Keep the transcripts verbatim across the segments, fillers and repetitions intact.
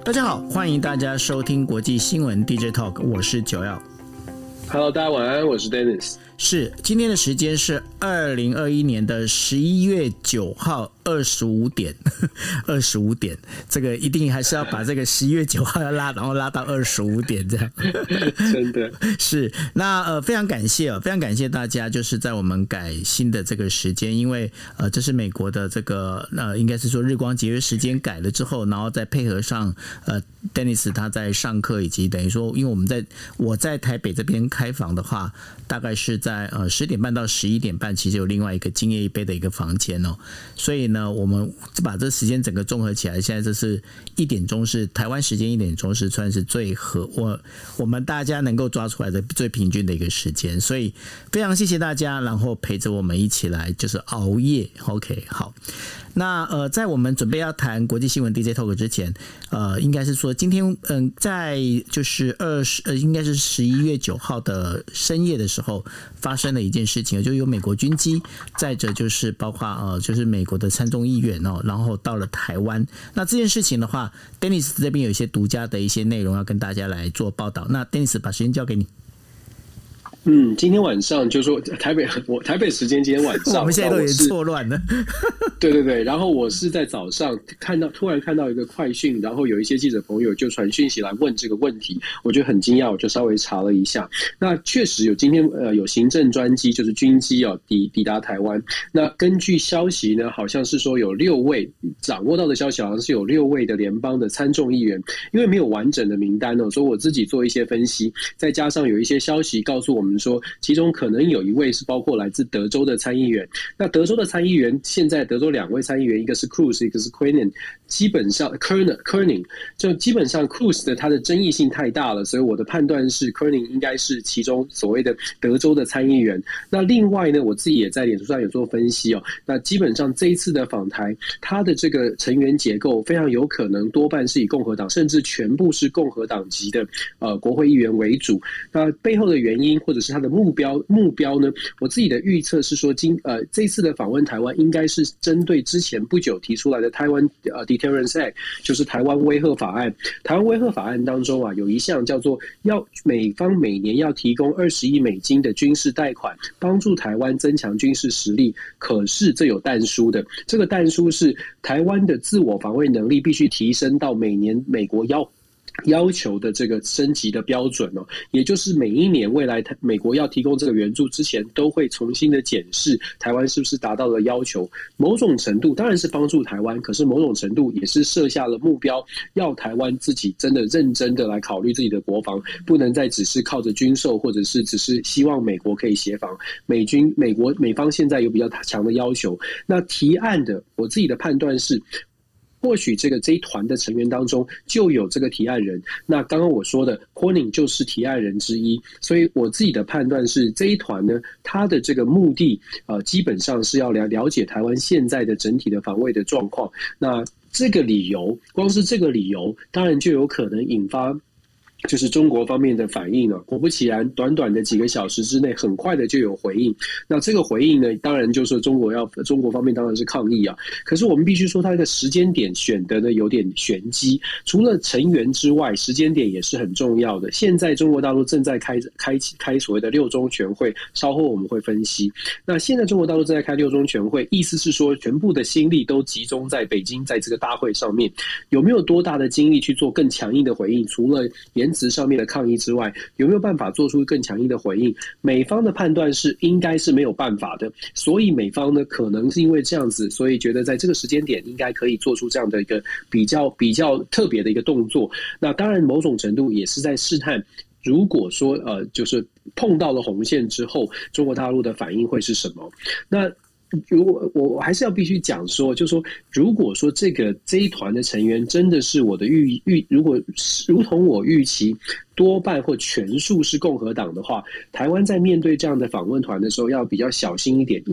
大家好，欢迎大家收听国际新闻 D J Talk， 我是九耀。 Hello， 大家晚安，我是 Dennis。 是，今天的时间是二零二一年的十一月九号二十五点，二十五点，这个一定还是要把这个十一月九号要拉，然后拉到二十五点这样。 真的是，那呃非常感谢哦，非常感谢大家，就是在我们改新的这个时间，因为呃这是美国的这个呃应该是说日光节约时间改了之后，然后再配合上呃 Dennis 他在上课，以及等于说，因为我们在我在台北这边开房的话，大概是在呃十点半到十一点半，其实有另外一个今夜一杯的一个房间哦，所以呢，我们把这时间整个综合起来，现在这是一点钟是台湾时间一点钟是算是最合我我们大家能够抓出来的最平均的一个时间，所以非常谢谢大家，然后陪着我们一起来就是熬夜 ，OK 好。那呃，在我们准备要谈国际新闻 D J Talk 之前，呃，应该是说今天嗯、呃，在就是二十呃，应该是十一月九号的深夜的时候，发生了一件事情，就有美国军机载着就是包括呃，就是美国的参众议员哦，然后到了台湾。那这件事情的话 ，Dennis 这边有一些独家的一些内容要跟大家来做报道。那 Dennis 把时间交给你。 嗯，今天晚上就说台北，我台北时间今天晚上， 我们现在都有点错乱了。 对对对，然后我是在早上看到，突然看到一个快讯，然后有一些记者朋友就传讯息来问这个问题，我觉得很惊讶，我就稍微查了一下。那确实有今天呃有行政专机，就是军机哦抵抵达台湾。那根据消息呢，好像是说有六位掌握到的消息，好像是有六位的联邦的参众议员，因为没有完整的名单哦，所以我自己做一些分析，再加上有一些消息告诉我们说，其中可能有一位是包括来自德州的参议员。那德州的参议员，现在德州两位参议员，一个是 Cruz， 一个是 Cornyn， 基本上 Cornyn 就基本上 Cruz 的他的争议性太大了，所以我的判断是 Cornyn 应该是其中所谓的德州的参议员。那另外呢，我自己也在脸书上有做分析哦。那基本上这一次的访台，他的这个成员结构非常有可能多半是以共和党，甚至全部是共和党籍的呃国会议员为主。那背后的原因或者是他的目标目标呢？我自己的预测是说，今呃这次的访问台湾应该是针对之前不久提出来的台湾呃 Deterrence Act， 就是台湾威吓法案。台湾威吓法案当中啊，有一项叫做要美方每年要提供二十亿美金的军事贷款，帮助台湾增强军事实力。可是这有但书的，这个但书是台湾的自我防卫能力必须提升到每年美国要。要求的这个升级的标准哦，也就是每一年未来美国要提供这个援助之前，都会重新的检视台湾是不是达到了要求。某种程度当然是帮助台湾，可是某种程度也是设下了目标，要台湾自己真的认真的来考虑自己的国防，不能再只是靠着军售，或者是只是希望美国可以协防。美军美国美方现在有比较强的要求，那提案的我自己的判断是，或许这个这一团的成员当中就有这个提案人，那刚刚我说的 Cornyn 就是提案人之一，所以我自己的判断是这一团呢，他的这个目的呃，基本上是要了了解台湾现在的整体的防卫的状况。那这个理由，光是这个理由，当然就有可能引发就是中国方面的反应了。果不其然，短短的几个小时之内，很快的就有回应。那这个回应呢，当然就是中国要中国方面当然是抗议啊。可是我们必须说，它这个时间点选的呢有点玄机。除了成员之外，时间点也是很重要的。现在中国大陆正在开开开所谓的六中全会，稍后我们会分析。那现在中国大陆正在开六中全会，意思是说，全部的心力都集中在北京，在这个大会上面，有没有多大的精力去做更强硬的回应？除了言辞上面的抗议之外，有没有办法做出更强硬的回应？美方的判断是应该是没有办法的，所以美方呢可能是因为这样子，所以觉得在这个时间点应该可以做出这样的一个比较比较特别的一个动作。那当然某种程度也是在试探，如果说呃就是碰到了红线之后，中国大陆的反应会是什么？那如果我还是要必须讲说，就是说，如果说这个这一团的成员真的是我的预预，如果如同我预期，多半或全数是共和党的话，台湾在面对这样的访问团的时候，要比较小心一点。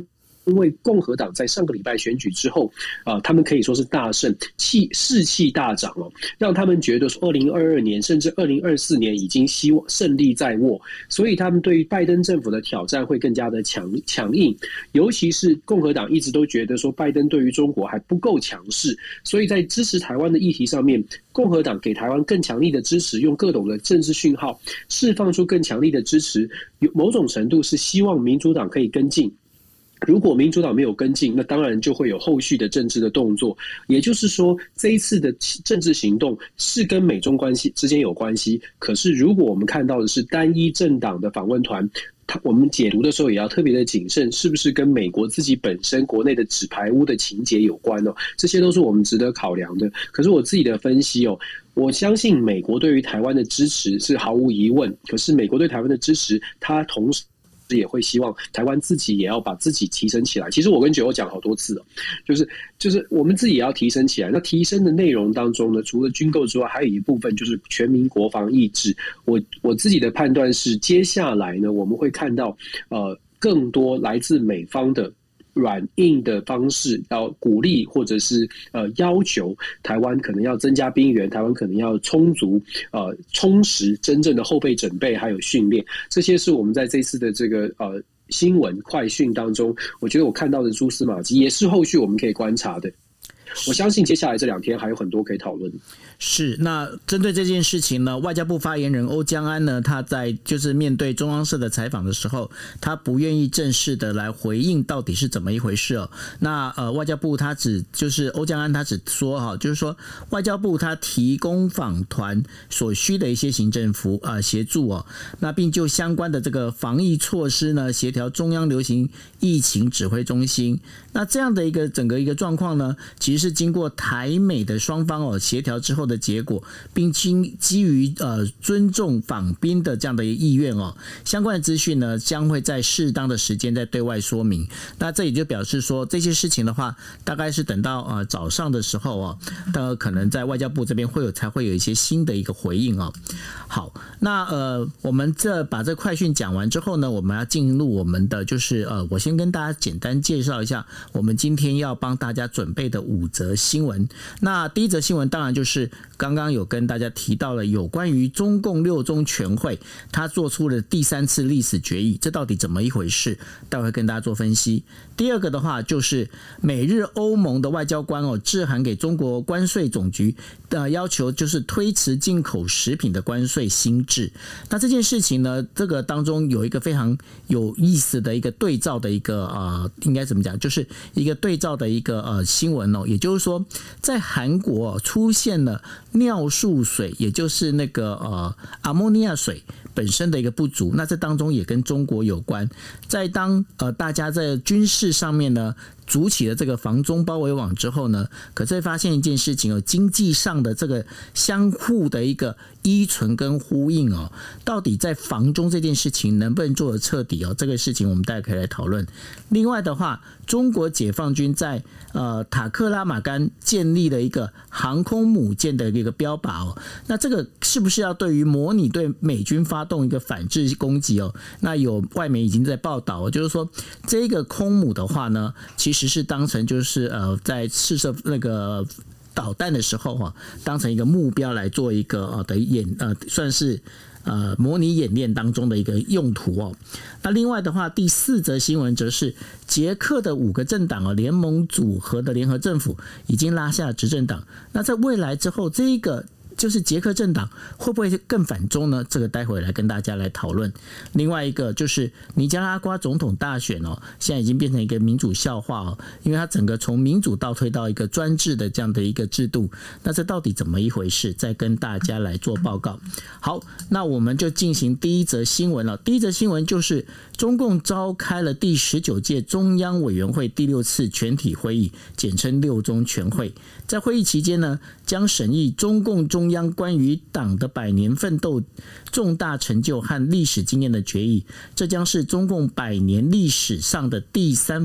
因为共和党在上个礼拜选举之后，啊、呃，他们可以说是大胜，气士气大涨哦，让他们觉得说，二零二二年甚至二零二四年已经希望胜利在握，所以他们对于拜登政府的挑战会更加的强强硬，尤其是共和党一直都觉得说，拜登对于中国还不够强势，所以在支持台湾的议题上面，共和党给台湾更强力的支持，用各种的政治讯号释放出更强力的支持，有某种程度是希望民主党可以跟进。如果民主党没有跟进，那当然就会有后续的政治的动作。也就是说，这一次的政治行动是跟美中关系之间有关系。可是，如果我们看到的是单一政党的访问团，我们解读的时候也要特别的谨慎，是不是跟美国自己本身国内的纸牌屋的情节有关哦？这些都是我们值得考量的。可是我自己的分析哦，我相信美国对于台湾的支持是毫无疑问。可是美国对台湾的支持，它同时也会希望台湾自己也要把自己提升起来。其实我跟九欧讲好多次了，就是就是我们自己也要提升起来。那提升的内容当中呢，除了军购之外，还有一部分就是全民国防意志。我我自己的判断是，接下来呢，我们会看到呃更多来自美方的软硬的方式，要鼓励或者是呃要求台湾可能要增加兵员，台湾可能要充足呃充实真正的后备准备还有训练，这些是我们在这次的这个呃新闻快讯当中，我觉得我看到的蛛丝马迹，也是后续我们可以观察的。我相信接下来这两天还有很多可以讨论。 是，那针对这件事情呢，外交部发言人欧江安呢，他在就是面对中央社的采访的时候，他不愿意正式的来回应到底是怎么一回事哦。那呃，外交部他只就是欧江安他只说哈，就是说外交部他提供访团所需的一些行政服呃协助哦，那并就相关的这个防疫措施呢，协调中央流行疫情指挥中心。那这样的一个整个一个状况呢，其实是经过台美的双方哦协调之后的结果，并基于呃尊重访宾的这样的一个意愿哦，相关的资讯呢将会在适当的时间再对外说明。那这也就表示说，这些事情的话，大概是等到呃早上的时候哦，呃可能在外交部这边会有才会有一些新的一个回应哦。好，那呃我们这把这快讯讲完之后呢，我们要进入我们的就是呃我先跟大家简单介绍一下我们今天要帮大家准备的五则新闻。那第一则新闻当然就是刚刚有跟大家提到了有关于中共六中全会，他做出了第三次历史决议，这到底怎么一回事？待会跟大家做分析。第二个的话就是美日欧盟的外交官哦致函给中国关税总局，呃要求就是推迟进口食品的关税新制。那这件事情呢，这个当中有一个非常有意思的一个对照的一个呃，应该怎么讲，就是一个对照的一个呃新闻哦，也就是说，在韩国、哦、出现了尿素水，也就是那个呃阿莫尼亚水本身的一个不足，那这当中也跟中国有关。在当呃大家在军事上面呢组起了这个防中包围网之后呢，可是会发现一件事情哦，经济上的这个相互的一个依存跟呼应哦，到底在防中这件事情能不能做得彻底哦？这个事情我们大家可以来讨论。另外的话，中国解放军在呃塔克拉玛干建立了一个航空母舰的一个标靶哦，那这个是不是要对于模拟对美军发动一个反制攻击哦？那有外媒已经在报道，就是说这个空母的话呢，其实是当成就是呃在试射那个导弹的时候哈，当成一个目标来做一个呃的演呃算是呃模拟演练当中的一个用途哦。那另外的话，第四则新闻则是捷克的五个政党哦联盟组合的联合政府已经拉下执政党。那在未来之后，这一个就是捷克政党会不会更反中呢？这个待会来跟大家来讨论。另外一个就是尼加拉瓜总统大选哦，现在已经变成一个民主笑话哦，因为它整个从民主倒退到一个专制的这样的一个制度，那这到底怎么一回事？再跟大家来做报告。好，那我们就进行第一则新闻了。第一则新闻就是中共召开了第十九届中央委员会第六次全体会议，简称六中全会。在会议期间呢，将审议中共中央关于党的百年奋斗重大成就和历史经验的决议，这将是中共百年历史上的第三份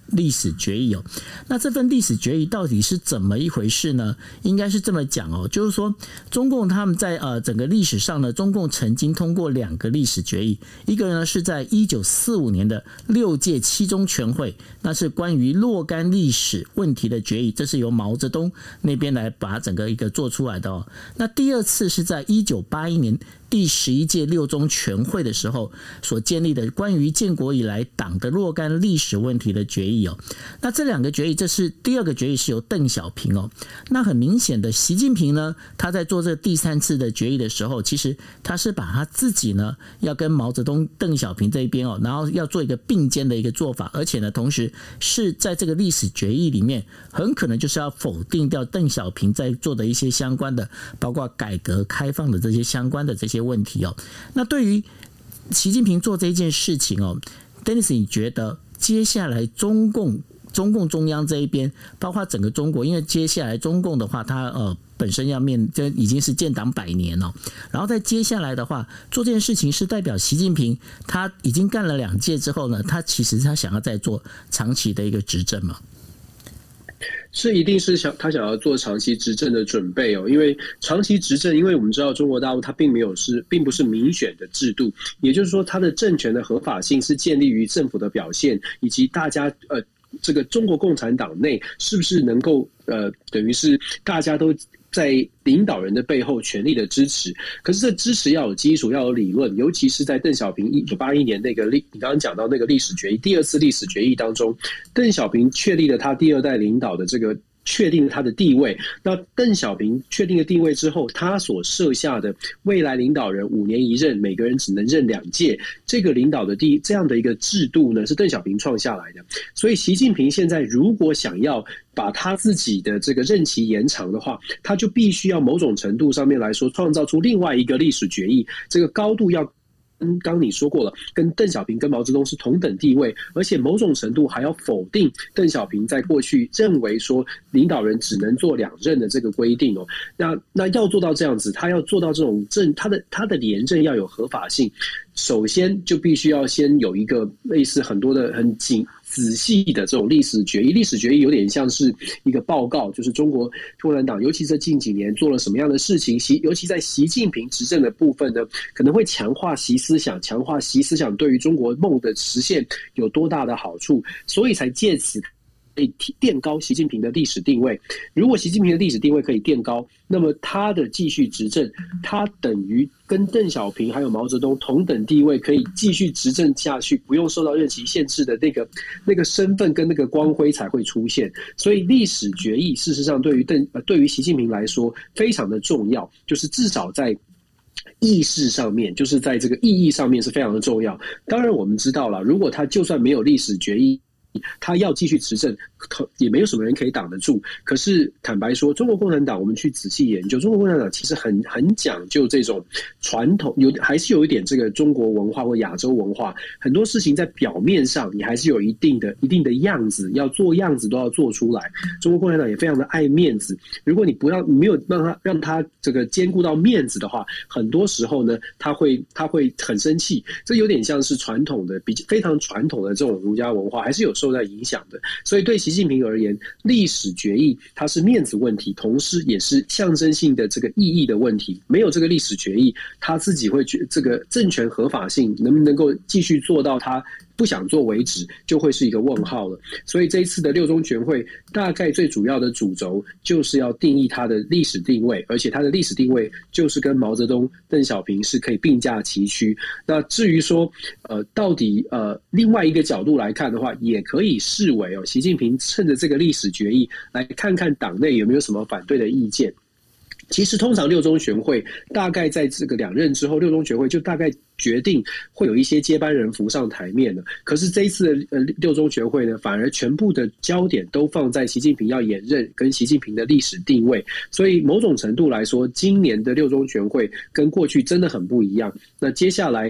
历史决议哦。那这份历史决议到底是怎么一回事呢？应该是这么讲哦，就是说中共他们在呃整个历史上呢，中共曾经通过两个历史决议，一个呢是在一九四五年的六届七中全会，那是关于若干历史问题的决议，这是由毛泽东那边来把整个一个做出来的哦。那第二次是在一九八一年第十一届六中全会的时候所建立的关于建国以来党的若干历史问题的决议哦。那这两个决议，这是第二个决议是由邓小平哦。那很明显的，习近平呢，他在做这第三次的决议的时候，其实他是把他自己呢要跟毛泽东、邓小平这一边哦，然后要做一个并肩的一个做法，而且呢，同时是在这个历史决议里面，很可能就是要否定掉邓小平在做的一些相关的，包括改革开放的这些相关的这些问题哦。那对于习近平做这件事情哦 ，Dennis， 你觉得接下来中共中共中央这一边，包括整个中国，因为接下来中共的话，它呃本身要面，这已经是建党百年了，然后在接下来的话，做这件事情是代表习近平他已经干了两届之后呢，他其实他想要再做长期的一个执政嘛。 是一定是想他想要做长期执政的准备哦，因为长期执政，因为我们知道中国大陆它并没有是并不是民选的制度，也就是说它的政权的合法性是建立于政府的表现以及大家呃这个中国共产党内是不是能够呃等于是大家都在领导人的背后全力的支持，可是这支持要有基础，要有理论，尤其是在邓小平一九八一年那个历，你刚刚讲到那个历史决议，第二次历史决议当中，邓小平确立了他第二代领导的这个。确定他的地位，那邓小平确定了地位之后，他所设下的未来领导人五年一任，每个人只能任两届，这个领导的第这样的一个制度呢，是邓小平创下来的。所以习近平现在如果想要把他自己的这个任期延长的话，他就必须要某种程度上面来说，创造出另外一个历史决议，这个高度要。嗯，刚你说过了，跟邓小平跟毛泽东是同等地位，而且某种程度还要否定邓小平在过去认为说领导人只能做两任的这个规定哦。那那要做到这样子，他要做到这种政，他的他的连任要有合法性，首先就必须要先有一个类似很多的很紧。仔细的这种历史决议，历史决议有点像是一个报告，就是中国共产党，尤其这近几年做了什么样的事情，习尤其在习近平执政的部分呢，可能会强化习思想，强化习思想对于中国梦的实现有多大的好处，所以才借此可以垫高习近平的历史定位。如果习近平的历史定位可以垫高，那么他的继续执政，他等于跟邓小平还有毛泽东同等地位，可以继续执政下去，不用受到任期限制的那个那个身份跟那个光辉才会出现。所以历史决议事实上对于邓呃对于习近平来说非常的重要，就是至少在意识上面，就是在这个意义上面是非常的重要。当然我们知道了，如果他就算没有历史决议，他要继续执政，也没有什么人可以挡得住。可是坦白说，中国共产党，我们去仔细研究，中国共产党其实很很讲究这种传统，有还是有一点这个中国文化或亚洲文化，很多事情在表面上你还是有一定的一定的样子，要做样子都要做出来。中国共产党也非常的爱面子，如果你不让没有让他让他这个兼顾到面子的话，很多时候呢，他会他会很生气。这有点像是传统的比非常传统的这种儒家文化，还是有受到影响的。所以对习近平而言，历史决议它是面子问题，同时也是象征性的这个意义的问题。没有这个历史决议，他自己会觉这个政权合法性能不能够继续做到他不想做为止，就会是一个问号了。所以这一次的六中全会大概最主要的主轴就是要定义它的历史定位，而且它的历史定位就是跟毛泽东、邓小平是可以并驾齐驱。那至于说呃到底呃另外一个角度来看的话，也可以视为哦，习近平趁着这个历史决议来看看党内有没有什么反对的意见。其实通常六中全会大概在这个两任之后，六中全会就大概决定会有一些接班人浮上台面了。可是这一次的呃六中全会呢，反而全部的焦点都放在习近平要延任跟习近平的历史定位。所以某种程度来说，今年的六中全会跟过去真的很不一样。那接下来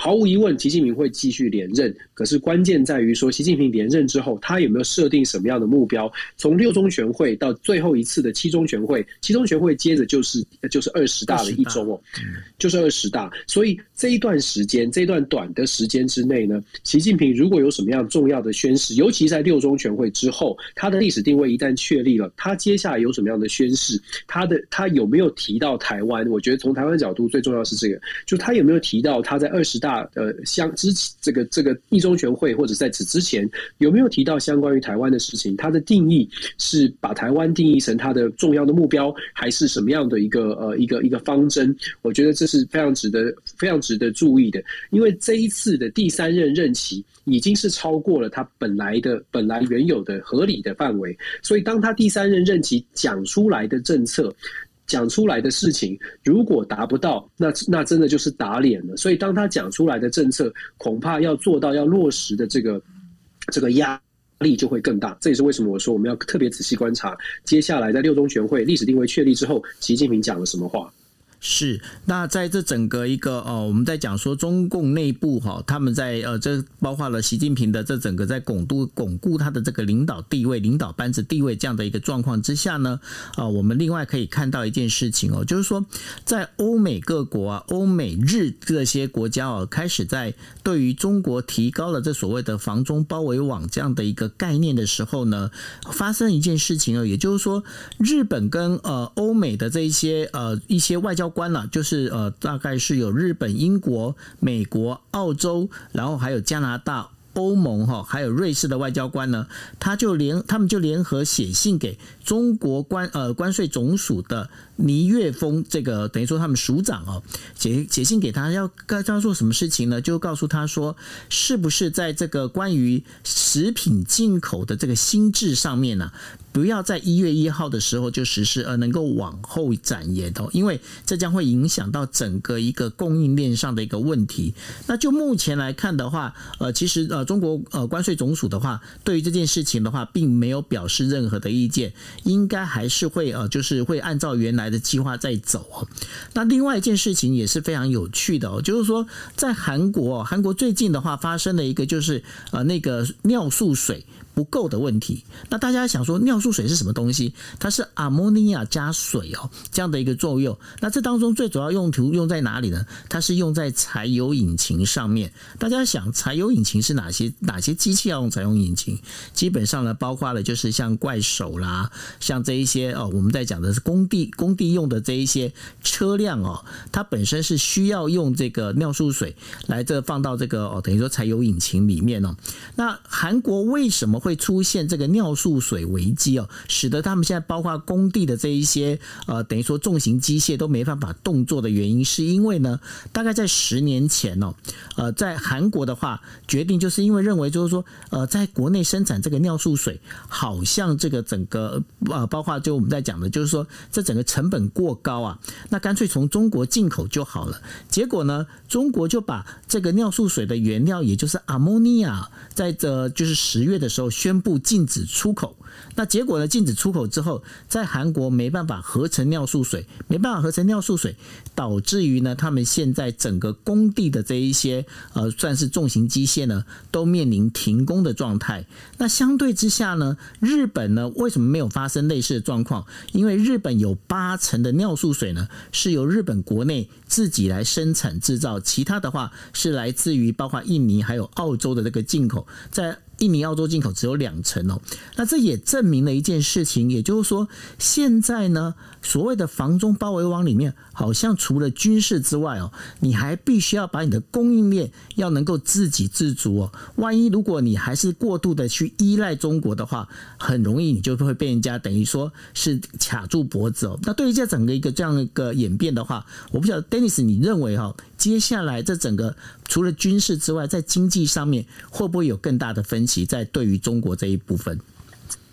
毫无疑问，习近平会继续连任。可是关键在于说，习近平连任之后，他有没有设定什么样的目标？从六中全会到最后一次的七中全会，七中全会接着就是就是二十大的一周哦，就是二十大。所以这一段时间，这一段短的时间之内呢，习近平如果有什么样重要的宣示，尤其在六中全会之后，他的历史定位一旦确立了，他接下来有什么样的宣示？他的他有没有提到台湾？我觉得从台湾角度最重要是这个，就他有没有提到他在二十大呃相之这个这个一中全会或者在此之前有没有提到相关于台湾的事情？他的定义是把台湾定义成他的重要的目标，还是什么样的一个呃一个一个方针？我觉得这是非常值得非常值得注意的，因为这一次的第三任任期已经是超过了他本来的本来原有的合理的范围，所以当他第三任任期讲出来的政策。讲出来的事情，如果达不到，那那真的就是打脸了。所以，当他讲出来的政策，恐怕要做到要落实的这个这个压力就会更大。这也是为什么我说我们要特别仔细观察，接下来在六中全会历史定位确立之后，习近平讲了什么话。 是，那在这整个一个呃，我们在讲说中共内部哈，他们在呃，这包括了习近平的这整个在巩固巩固他的这个领导地位、领导班子地位这样的一个状况之下呢，啊、呃，我们另外可以看到一件事情哦，就是说在欧美各国啊、欧美日这些国家哦，开始在对于中国提高了这所谓的防中包围网这样的一个概念的时候呢，发生一件事情哦，也就是说，日本跟呃欧美的这一些呃一些外交官了，就是呃，大概是有日本、英国、美国、澳洲，然后还有加拿大、欧盟哈，还有瑞士的外交官呢，他就联他们就联合写信给中国关呃关税总署的倪岳峰，这个等于说他们署长哦，写写信给他，要该他做什么事情呢？就告诉他说，是不是在这个关于食品进口的这个新制上面呢、啊？不要在一月一号的时候就实施，而能够往后展延哦，因为这将会影响到整个一个供应链上的一个问题。那就目前来看的话，呃，其实呃，中国呃关税总署的话，对于这件事情的话，并没有表示任何的意见，应该还是会呃，就是会按照原来的计划在走哦。那另外一件事情也是非常有趣的哦，就是说在韩国，韩国最近的话发生了一个就是呃那个尿素水不够的问题。那大家想说尿素水是什么东西？它是阿莫尼亚加水哦，这样的一个作用。那这当中最主要用途用在哪里呢？它是用在柴油引擎上面。大家想柴油引擎是哪些哪些机器要用柴油引擎？基本上呢，包括了就是像怪手啦，像这一些哦，我们在讲的是工地工地用的这一些车辆哦，它本身是需要用这个尿素水来这放到这个哦，等于说柴油引擎里面哦。那韩国为什么会出现这个尿素水危机哦，使得他们现在包括工地的这一些呃，等于说重型机械都没办法动作的原因，是因为呢，大概在十年前哦，呃，在韩国的话，决定就是因为认为就是说，呃，在国内生产这个尿素水，好像这个整个呃，包括就我们在讲的，就是说这整个成本过高啊，那干脆从中国进口就好了。结果呢，中国就把这个尿素水的原料，也就是阿莫尼亚，在这就是十月的时候宣布禁止出口。那结果呢？禁止出口之后，在韩国没办法合成尿素水，没办法合成尿素水，导致于呢，他们现在整个工地的这一些呃，算是重型机械呢，都面临停工的状态。那相对之下呢，日本呢，为什么没有发生类似的状况？因为日本有八成的尿素水呢，是由日本国内自己来生产制造，其他的话是来自于包括印尼还有澳洲的这个进口，在印尼、澳洲进口只有两成哦，那这也证明了一件事情，也就是说，现在呢，所谓的防中包围网里面，好像除了军事之外哦，你还必须要把你的供应链要能够自给自足哦。万一如果你还是过度的去依赖中国的话，很容易你就会被人家等于说是卡住脖子哦。那对于这整个一个这样一个演变的话，我不晓得 Dennis 你认为哈、哦，接下来这整个除了军事之外，在经济上面会不会有更大的分歧？在对于中国这一部分，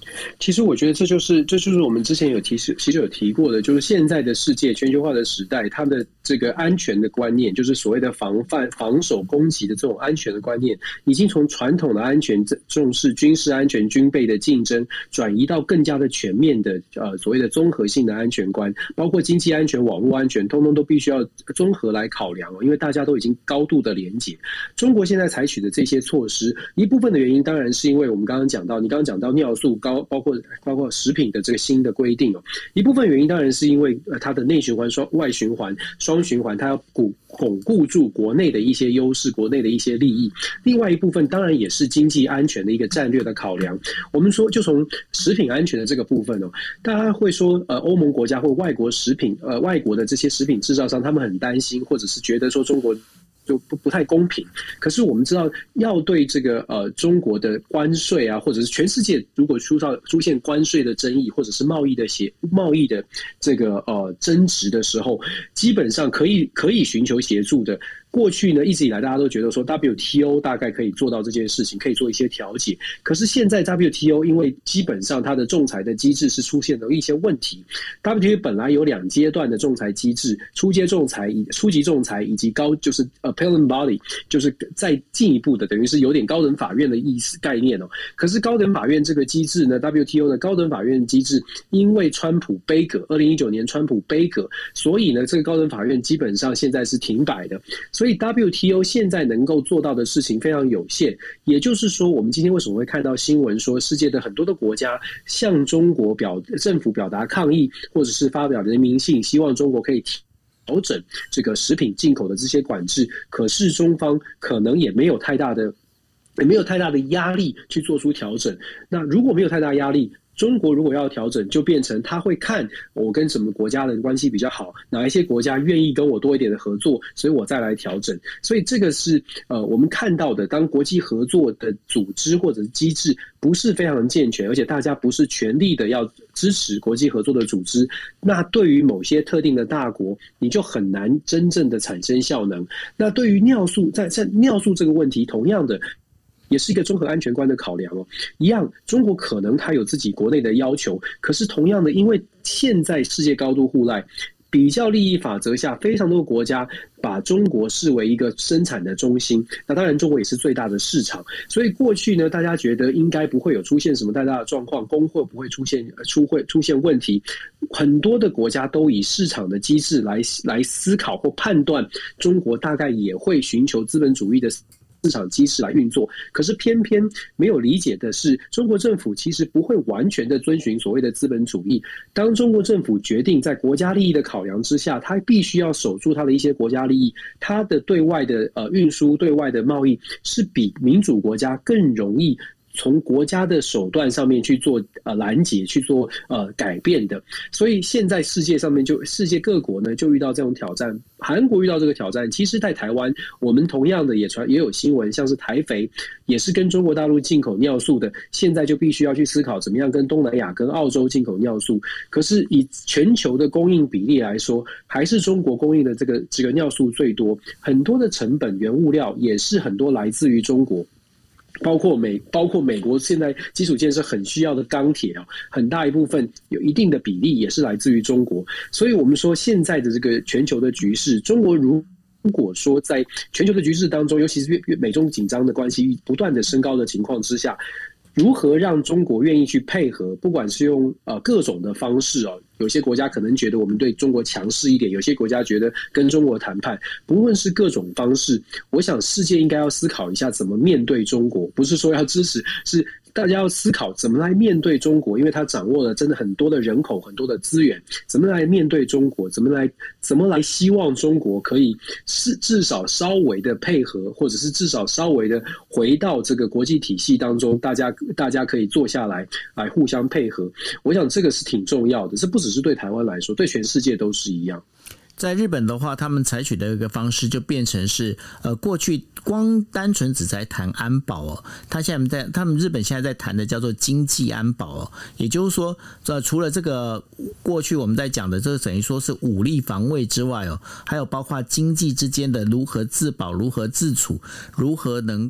其实我觉得这就是这就是我们之前有提示，其实有提过的，就是现在的世界全球化的时代，它的这个安全的观念，就是所谓的防范、防守、攻击的这种安全的观念，已经从传统的安全重视军事安全、军备的竞争，转移到更加的全面的呃所谓的综合性的安全观，包括经济安全、网络安全，通通都必须要综合来考量哦，因为大家都已经高度的连结。中国现在采取的这些措施，一部分的原因当然是因为我们刚刚讲到，你刚刚讲到尿素高。包括包括食品的这个新的规定哦，一部分原因当然是因为呃它的内循环双外循环双循环，它要巩巩固住国内的一些优势，国内的一些利益。另外一部分当然也是经济安全的一个战略的考量。我们说就从食品安全的这个部分哦，大家会说呃欧盟国家或外国食品呃外国的这些食品制造商，他们很担心，或者是觉得说中国就不不太公平。可是我们知道，要对这个呃中国的关税啊，或者是全世界如果出到出现关税的争议，或者是贸易的协贸易的这个呃争执的时候，基本上可以可以寻求协助的。过去呢，一直以来大家都觉得说 W T O 大概可以做到这件事情，可以做一些调解。可是现在 W T O 因为基本上它的仲裁的机制是出现了一些问题。W T O 本来有两阶段的仲裁机制，初阶仲裁、初级仲裁以及高就是 appellate body， 就是再进一步的，等于是有点高等法院的意思概念哦。可是高等法院这个机制呢 ，W T O 的高等法院机制，因为川普杯葛，二零一九年川普杯葛，所以呢，这个高等法院基本上现在是停摆的。所以 W T O 现在能够做到的事情非常有限，也就是说，我们今天为什么会看到新闻说，世界的很多的国家向中国表政府表达抗议，或者是发表人民信，希望中国可以调整这个食品进口的这些管制，可是中方可能也没有太大的也没有太大的压力去做出调整。那如果没有太大压力，中国如果要调整，就变成他会看我跟什么国家的关系比较好，哪一些国家愿意跟我多一点的合作，所以我再来调整。所以这个是呃我们看到的，当国际合作的组织或者是机制不是非常健全，而且大家不是全力的要支持国际合作的组织，那对于某些特定的大国，你就很难真正的产生效能。那对于尿素，在在尿素这个问题，同样的。也是一个综合安全观的考量哦，一样，中国可能它有自己国内的要求，可是同样的，因为现在世界高度互赖，比较利益法则下，非常多的国家把中国视为一个生产的中心，那当然中国也是最大的市场，所以过去呢，大家觉得应该不会有出现什么太大的状况，供货不会出现出会出现问题，很多的国家都以市场的机制来来思考或判断，中国大概也会寻求资本主义的市场机制来运作，可是偏偏没有理解的是，中国政府其实不会完全的遵循所谓的资本主义。当中国政府决定在国家利益的考量之下，它必须要守住它的一些国家利益，它的对外的呃运输、对外的贸易是比民主国家更容易从国家的手段上面去做呃拦截，去做呃改变的。所以现在世界上面就世界各国呢就遇到这种挑战，韩国遇到这个挑战，其实在台湾我们同样的也传也有新闻，像是台肥也是跟中国大陆进口尿素的，现在就必须要去思考怎么样跟东南亚跟澳洲进口尿素。可是以全球的供应比例来说，还是中国供应的这个这个尿素最多，很多的成本原物料也是很多来自于中国。包括美，包括美国现在基础建设很需要的钢铁啊，很大一部分有一定的比例也是来自于中国。所以我们说现在的这个全球的局势，中国如如果说在全球的局势当中，尤其是美中紧张的关系不断的升高的情况之下，如何让中国愿意去配合，不管是用呃各种的方式哦，有些国家可能觉得我们对中国强势一点，有些国家觉得跟中国谈判，不论是各种方式，我想世界应该要思考一下怎么面对中国，不是说要支持，是大家要思考怎么来面对中国，因为他掌握了真的很多的人口，很多的资源，怎么来面对中国，怎么来怎么来希望中国可以是至少稍微的配合，或者是至少稍微的回到这个国际体系当中，大家大家可以坐下来来互相配合。我想这个是挺重要的，这不只是对台湾来说，对全世界都是一样。 在日本的话，他们采取的一个方式就变成是，呃，过去光单纯只在谈安保哦，他现在在他们日本现在在谈的叫做经济安保哦，也就是说，呃，除了这个过去我们在讲的这个等于说是武力防卫之外哦，还有包括经济之间的如何自保、如何自处、如何能够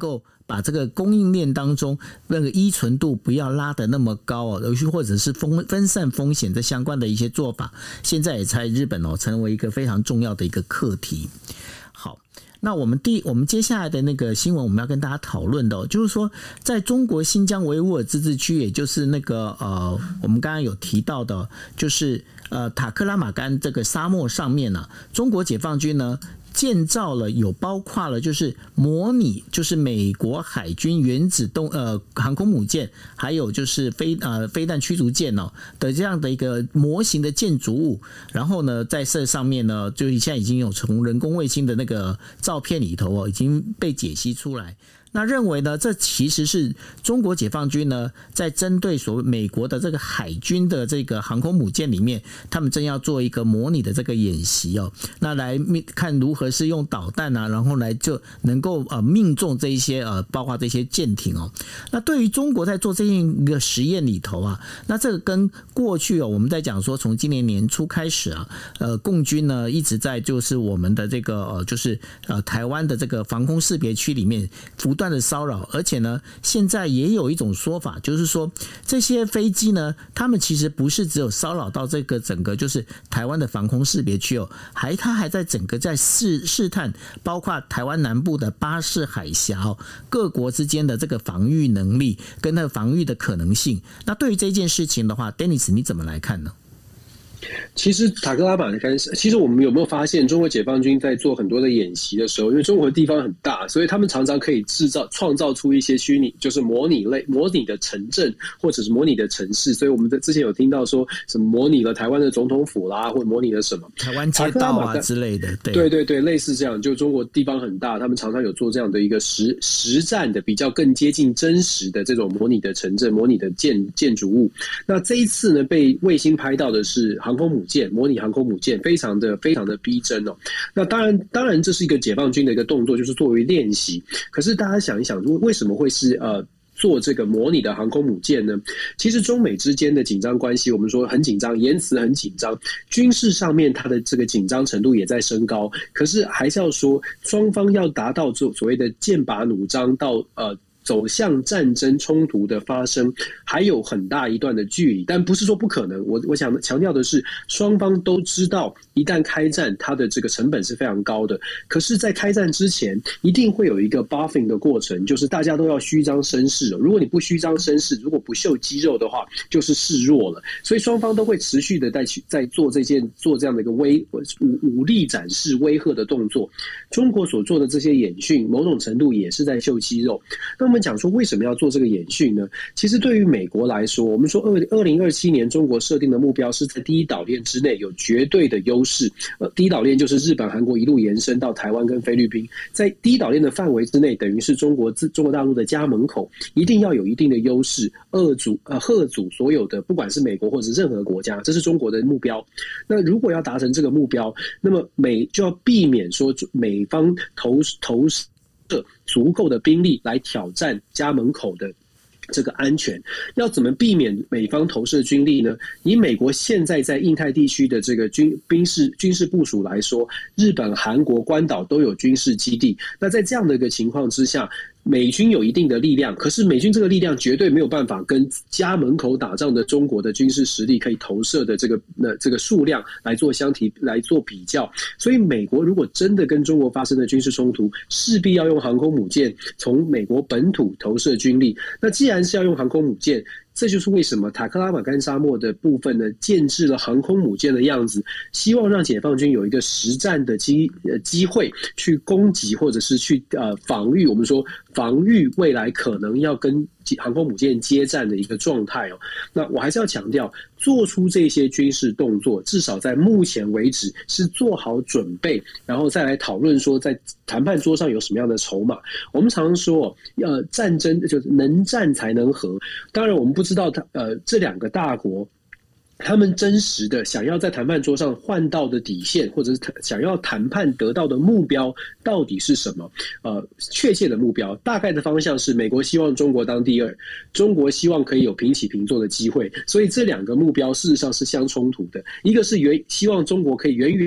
把这个供应链当中那个依存度不要拉得那么高哦，尤其或者是分分散风险这相关的一些做法，现在也在日本哦成为一个非常重要的一个课题。好。那我们第我们接下来的那个新闻，我们要跟大家讨论的、哦，就是说，在中国新疆维吾尔自治区，也就是那个呃，我们刚刚有提到的，就是呃塔克拉玛干这个沙漠上面呢、啊，中国解放军呢。建造了有包括了就是模拟就是美国海军原子动呃航空母舰，还有就是飞呃飞弹驱逐舰哦的这样的一个模型的建筑物，然后呢在这上面呢，就现在已经有从人工卫星的那个照片里头哦已经被解析出来。那认为呢，这其实是中国解放军呢，在针对所谓美国的这个海军的这个航空母舰里面，他们正要做一个模拟的这个演习哦，那来看如何是用导弹啊，然后来就能够呃命中这一些呃，包括这些舰艇哦。那对于中国在做这一个实验里头啊，那这个跟过去哦，我们在讲说从今年年初开始啊，呃，共军呢一直在就是我们的这个呃，就是呃台湾的这个防空识别区里面不断的骚扰，而且呢，现在也有一种说法，就是说这些飞机呢，他们其实不是只有骚扰到这个整个就是台湾的防空识别区哦，还他还在整个在试试探，包括台湾南部的巴士海峡哦，各国之间的这个防御能力跟那个防御的可能性。那对于这件事情的话 ，Dennis 你怎么来看呢？ 其实塔克拉玛干，其实我们有没有发现，中国解放军在做很多的演习的时候，因为中国的地方很大，所以他们常常可以制造、创造出一些虚拟，就是模拟类、模拟的城镇或者是模拟的城市。所以我们的之前有听到说什么模拟了台湾的总统府啦，或者模拟了什么台湾街道啊之类的。对对对对，类似这样，就中国地方很大，他们常常有做这样的一个实实战的、比较更接近真实的这种模拟的城镇、模拟的建建筑物。那这一次呢，被卫星拍到的是航空母舰，模拟航空母舰，非常的非常的逼真哦。那当然，当然这是一个解放军的一个动作，就是作为练习。可是大家想一想，为什么会是呃？做这个模拟的航空母舰呢？其实中美之间的紧张关系，我们说很紧张，言辞很紧张，军事上面它的这个紧张程度也在升高。可是还是要说，双方要达到所所谓的剑拔弩张到呃。走向战争冲突的发生还有很大一段的距离，但不是说不可能。我我想强调的是，双方都知道，一旦开战，它的这个成本是非常高的。可是，在开战之前，一定会有一个 buffing 的过程，就是大家都要虚张声势。如果你不虚张声势，如果不秀肌肉的话，就是示弱了。所以双方都会持续的在在做这件做这样的一个威武武力展示、威吓的动作。中国所做的这些演训，某种程度也是在秀肌肉。那我们讲说为什么要做这个演训呢？其实对于美国来说，我们说二零二七年中国设定的目标是在第一岛链之内有绝对的优势。呃，第一岛链就是日本、韩国一路延伸到台湾跟菲律宾，在第一岛链的范围之内，等于是中国自中国大陆的家门口，一定要有一定的优势，遏阻呃吓阻所有的不管是美国或者是任何国家，这是中国的目标。那如果要达成这个目标，那么美就要避免说美方投投射足够的兵力来挑战家门口的这个安全。要怎么避免美方投射军力呢？以美国现在在印太地区的这个军兵事军事部署来说，日本、韩国、关岛都有军事基地。那在这样的一个情况之下，美军有一定的力量，可是美军这个力量绝对没有办法跟家门口打仗的中国的军事实力可以投射的这个呃这个数量来做相提来做比较。所以美国如果真的跟中国发生的军事冲突，势必要用航空母舰从美国本土投射军力。那既然是要用航空母舰，这就是为什么塔克拉玛干沙漠的部分呢，建制了航空母舰的样子，希望让解放军有一个实战的机呃机会去攻击或者是去呃防御。我们说防御未来可能要跟航空母舰接战的一个状态哦。那我还是要强调，做出这些军事动作，至少在目前为止是做好准备，然后再来讨论说在谈判桌上有什么样的筹码。我们常常说，呃，战争就是能战才能和。当然，我们不知道他呃这两个大国。他们真实的想要在谈判桌上换到的底线，或者是想要谈判得到的目标到底是什么？呃，确切的目标，大概的方向是美国希望中国当第二，中国希望可以有平起平坐的机会。所以这两个目标事实上是相冲突的，一个是原希望中国可以远远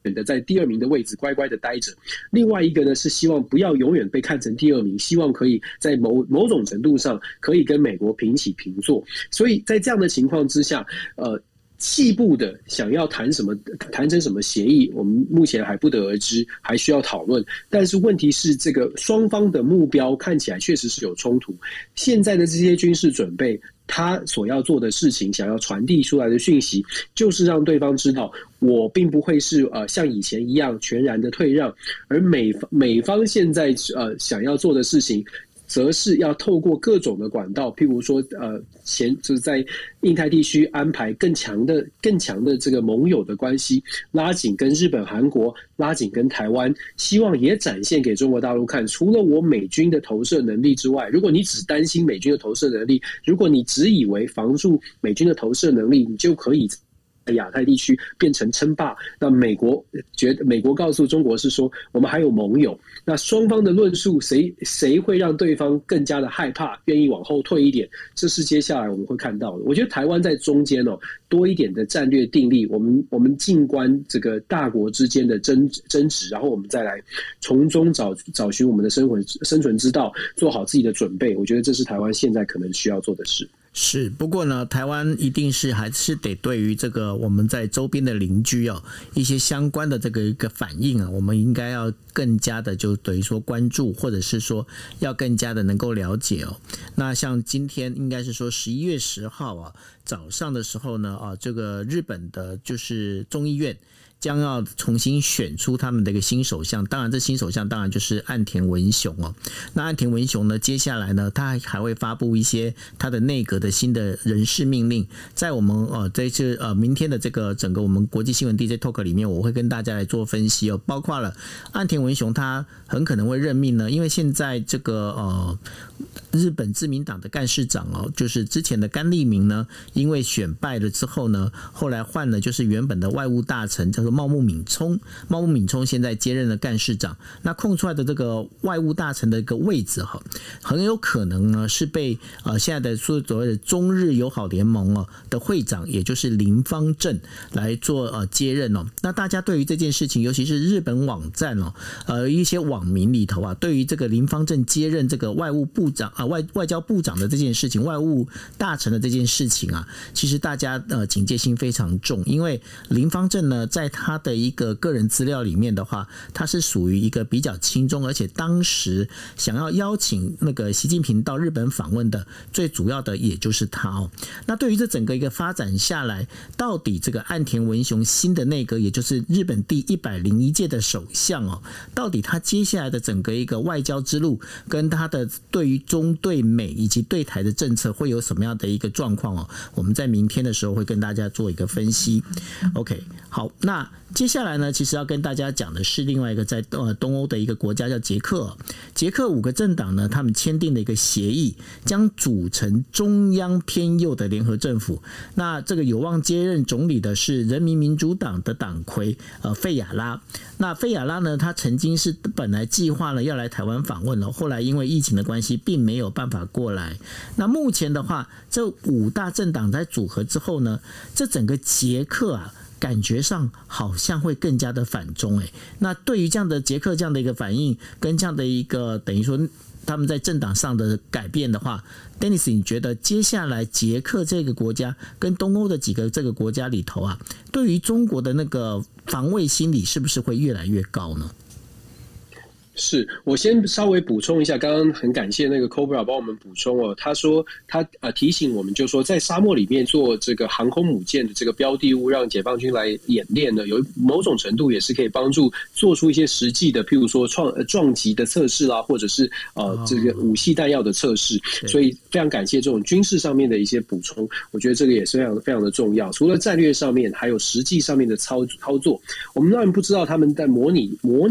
的在第二名的位置乖乖的待着，另外一个呢是希望不要永远被看成第二名，希望可以在某某种程度上可以跟美国平起平坐。所以在这样的情况之下，呃。细部的想要谈什么，谈成什么协议，我们目前还不得而知，还需要讨论。但是问题是，这个双方的目标看起来确实是有冲突。现在的这些军事准备，他所要做的事情，想要传递出来的讯息，就是让对方知道，我并不会是呃像以前一样全然的退让，而美美方现在呃想要做的事情，则是要透过各种的管道，譬如说，呃，前就是在印太地区安排更强的、更强的这个盟友的关系，拉紧跟日本、韩国，拉紧跟台湾，希望也展现给中国大陆看，除了我美军的投射能力之外，如果你只担心美军的投射能力，如果你只以为防住美军的投射能力，你就可以在亚太地区变成称霸，那美国觉得美国告诉中国是说，我们还有盟友。那双方的论述，谁谁会让对方更加的害怕，愿意往后退一点？这是接下来我们会看到的。我觉得台湾在中间哦，多一点的战略定力，我们我们静观这个大国之间的争争执，然后我们再来从中找找寻我们的生存生存之道，做好自己的准备。我觉得这是台湾现在可能需要做的事。 是，不过呢，台湾一定是还是得对于这个我们在周边的邻居哦，一些相关的这个一个反应啊，我们应该要更加的就等于说关注，或者是说要更加的能够了解哦。那像今天应该是说十一月十号啊早上的时候呢啊，这个日本的就是众议院将要重新选出他们的一个新首相，当然这新首相当然就是岸田文雄哦。那岸田文雄呢，接下来呢，他还会发布一些他的内阁的新的人事命令，在我们呃这次呃明天的这个整个我们国际新闻 D J Talk 里面，我会跟大家来做分析哦，包括了岸田文雄他很可能会任命呢，因为现在这个呃日本自民党的干事长哦，就是之前的甘利明呢，因为选败了之后呢，后来换了就是原本的外务大臣叫做茂木敏充，茂木敏充现在接任了干事长，那空出来的这个外务大臣的一个位置哈，很有可能呢是被呃现在的所谓的中日友好联盟哦的会长，也就是林芳正来做呃接任哦。那大家对于这件事情，尤其是日本网站哦，呃一些网民里头啊，对于这个林芳正接任这个外务部长啊、呃、外外交部长的这件事情，外务大臣的这件事情啊，其实大家呃警戒心非常重，因为林芳正呢在他的一个个人资料里面的话，他是属于一个比较亲中，而且当时想要邀请那个习近平到日本访问的最主要的也就是他哦。那对于这整个一个发展下来，到底这个岸田文雄新的内阁，也就是日本第一百零一届的首相哦，到底他接下来的整个一个外交之路，跟他的对于中对美以及对台的政策会有什么样的一个状况哦？我们在明天的时候会跟大家做一个分析。OK， 好，那接下来呢，其实要跟大家讲的是另外一个在呃东欧的一个国家叫捷克。捷克五个政党呢，他们签订了一个协议，将组成中央偏右的联合政府。那这个有望接任总理的是人民民主党的党魁呃费亚拉。那费亚拉呢，他曾经是本来计划了要来台湾访问了，后来因为疫情的关系，并没有办法过来。那目前的话，这五大政党在组合之后呢，这整个捷克啊，感觉上好像会更加的反中哎。那对于这样的捷克这样的一个反应，跟这样的一个等于说他们在政党上的改变的话 ，Dennis， 你觉得接下来捷克这个国家跟东欧的几个这个国家里头啊，对于中国的那个防卫心理是不是会越来越高呢？ 是我先稍微补充一下，刚刚很感谢那个 Cobra 帮我们补充哦。他说他呃提醒我们，就说在沙漠里面做这个航空母舰的这个标的物，让解放军来演练呢，有某种程度也是可以帮助做出一些实际的，譬如说创呃撞击的测试啦，或者是呃这个武器弹药的测试。所以非常感谢这种军事上面的一些补充，我觉得这个也是非常非常的重要。除了战略上面，还有实际上面的操操作。我们当然不知道他们在模拟模。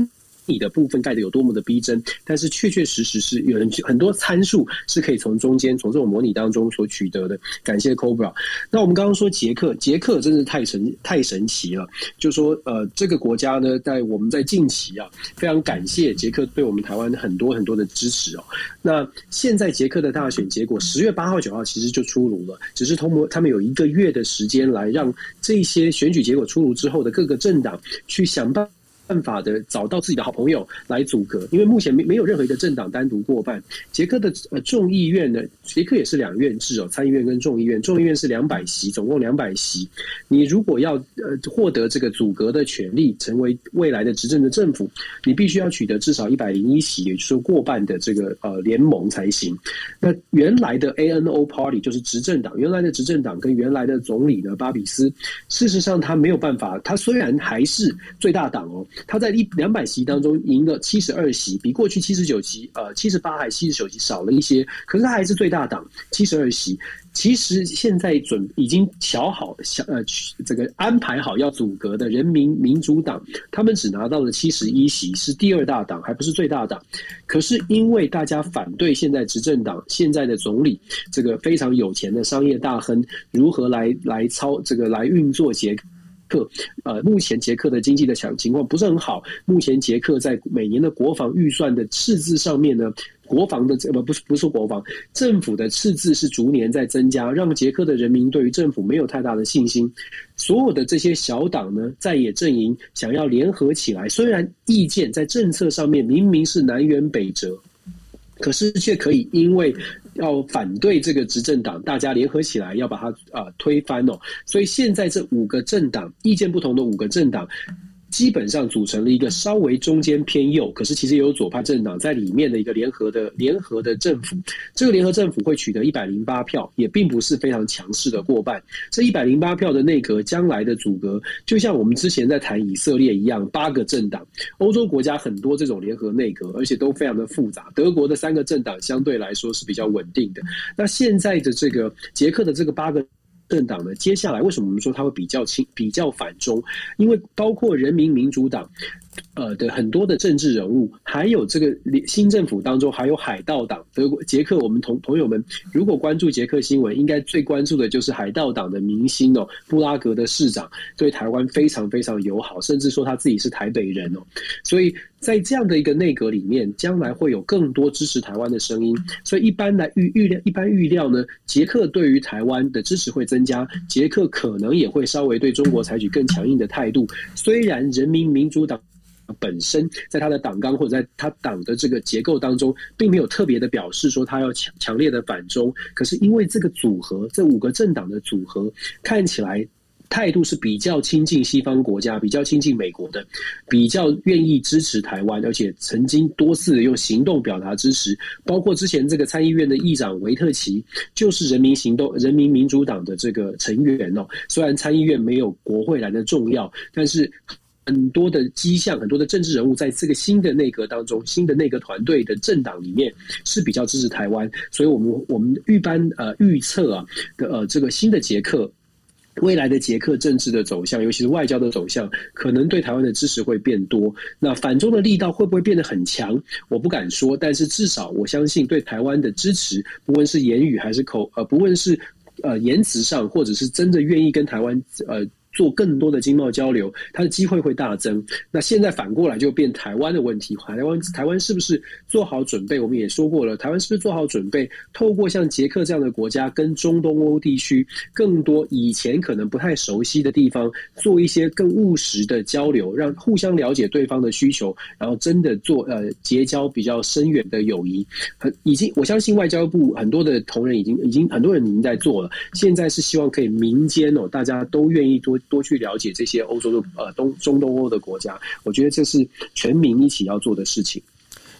你的部分盖的有多么的逼真，但是确确实实是有很很多参数是可以从中间从这种模拟当中所取得的。感谢 Cobra。那我们刚刚说捷克，捷克真是太神太神奇了。就说呃，这个国家呢，在我们在近期啊，非常感谢捷克对我们台湾很多很多的支持哦。那现在捷克的大选结果，十月八号、九号其实就出炉了，只是通过他们有一个月的时间来让这些选举结果出炉之后的各个政党去想办法。办法的找到自己的好朋友来组阁，因为目前没没有任何一个政党单独过半。捷克的呃众议院呢，捷克也是两院制哦，参议院跟众议院，众议院是两百席，总共两百席。你如果要呃获得这个组阁的权利，成为未来的执政的政府，你必须要取得至少一百零一席，也就是说过半的这个呃联盟才行。那原来的 A N O Party 就是执政党，原来的执政党跟原来的总理呢巴比斯，事实上他没有办法，他虽然还是最大党哦。他在一两百席当中赢了七十二席，比过去七十九席，呃，七十八还七十九席少了一些，可是他还是最大党，七十二席。其实现在准已经瞧好，呃，这个安排好要组阁的人民民主党，他们只拿到了七十一席，是第二大党，还不是最大党。可是因为大家反对现在执政党现在的总理这个非常有钱的商业大亨如何来来操这个来运作捷克。呃，目前捷克的经济的情况不是很好。目前捷克在每年的国防预算的赤字上面呢，国防的呃不是不是国防，政府的赤字是逐年在增加，让捷克的人民对于政府没有太大的信心。所有的这些小党呢，在野阵营想要联合起来，虽然意见在政策上面明明是南辕北辙，可是却可以因为要反对这个执政党，大家联合起来要把它啊、呃、推翻哦。所以现在这五个政党意见不同的五个政党，基本上组成了一个稍微中间偏右，可是其实也有左派政党在里面的一个联合的联合的政府。这个联合政府会取得一百零八票，也并不是非常强势的过半。这一百零八票的内阁将来的组阁，就像我们之前在谈以色列一样，八个政党。欧洲国家很多这种联合内阁，而且都非常的复杂。德国的三个政党相对来说是比较稳定的。那现在的这个捷克的这个八个政党呢，接下来为什么我们说它会比较轻、比较反中？因为包括人民民主党，呃的很多的政治人物，还有这个新政府当中还有海盗党。德国、捷克，我们同朋友们如果关注捷克新闻，应该最关注的就是海盗党的明星哦，布拉格的市长对台湾非常非常友好，甚至说他自己是台北人哦。所以在这样的一个内阁里面，将来会有更多支持台湾的声音。所以一般来预预料，一般预料呢，捷克对于台湾的支持会增加，捷克可能也会稍微对中国采取更强硬的态度。虽然人民民主党本身在他的党纲或者在他党的这个结构当中，并没有特别的表示说他要强强烈的反中，可是因为这个组合，这五个政党的组合看起来态度是比较亲近西方国家，比较亲近美国的，比较愿意支持台湾，而且曾经多次的用行动表达支持。包括之前这个参议院的议长维特奇，就是人民行动、人民民主党的这个成员哦。虽然参议院没有国会来的重要，但是很多的迹象，很多的政治人物在这个新的内阁当中，新的内阁团队的政党里面是比较支持台湾，所以我们我们预般呃预测啊的呃这个新的捷克。未来的捷克政治的走向，尤其是外交的走向，可能对台湾的支持会变多。那反中的力道会不会变得很强？我不敢说，但是至少我相信对台湾的支持，不论是言语还是口，呃，不论是呃言辞上，或者是真的愿意跟台湾呃。做更多的经贸交流，它的机会会大增。那现在反过来就变台湾的问题，台湾台湾是不是做好准备？我们也说过了，台湾是不是做好准备，透过像捷克这样的国家，跟中东欧地区更多以前可能不太熟悉的地方，做一些更务实的交流，让互相了解对方的需求，然后真的做呃结交比较深远的友谊。很已经，我相信外交部很多的同仁已经已经很多人已经在做了，现在是希望可以民间哦，大家都愿意多。多去了解这些欧洲的呃东中东欧的国家，我觉得这是全民一起要做的事情。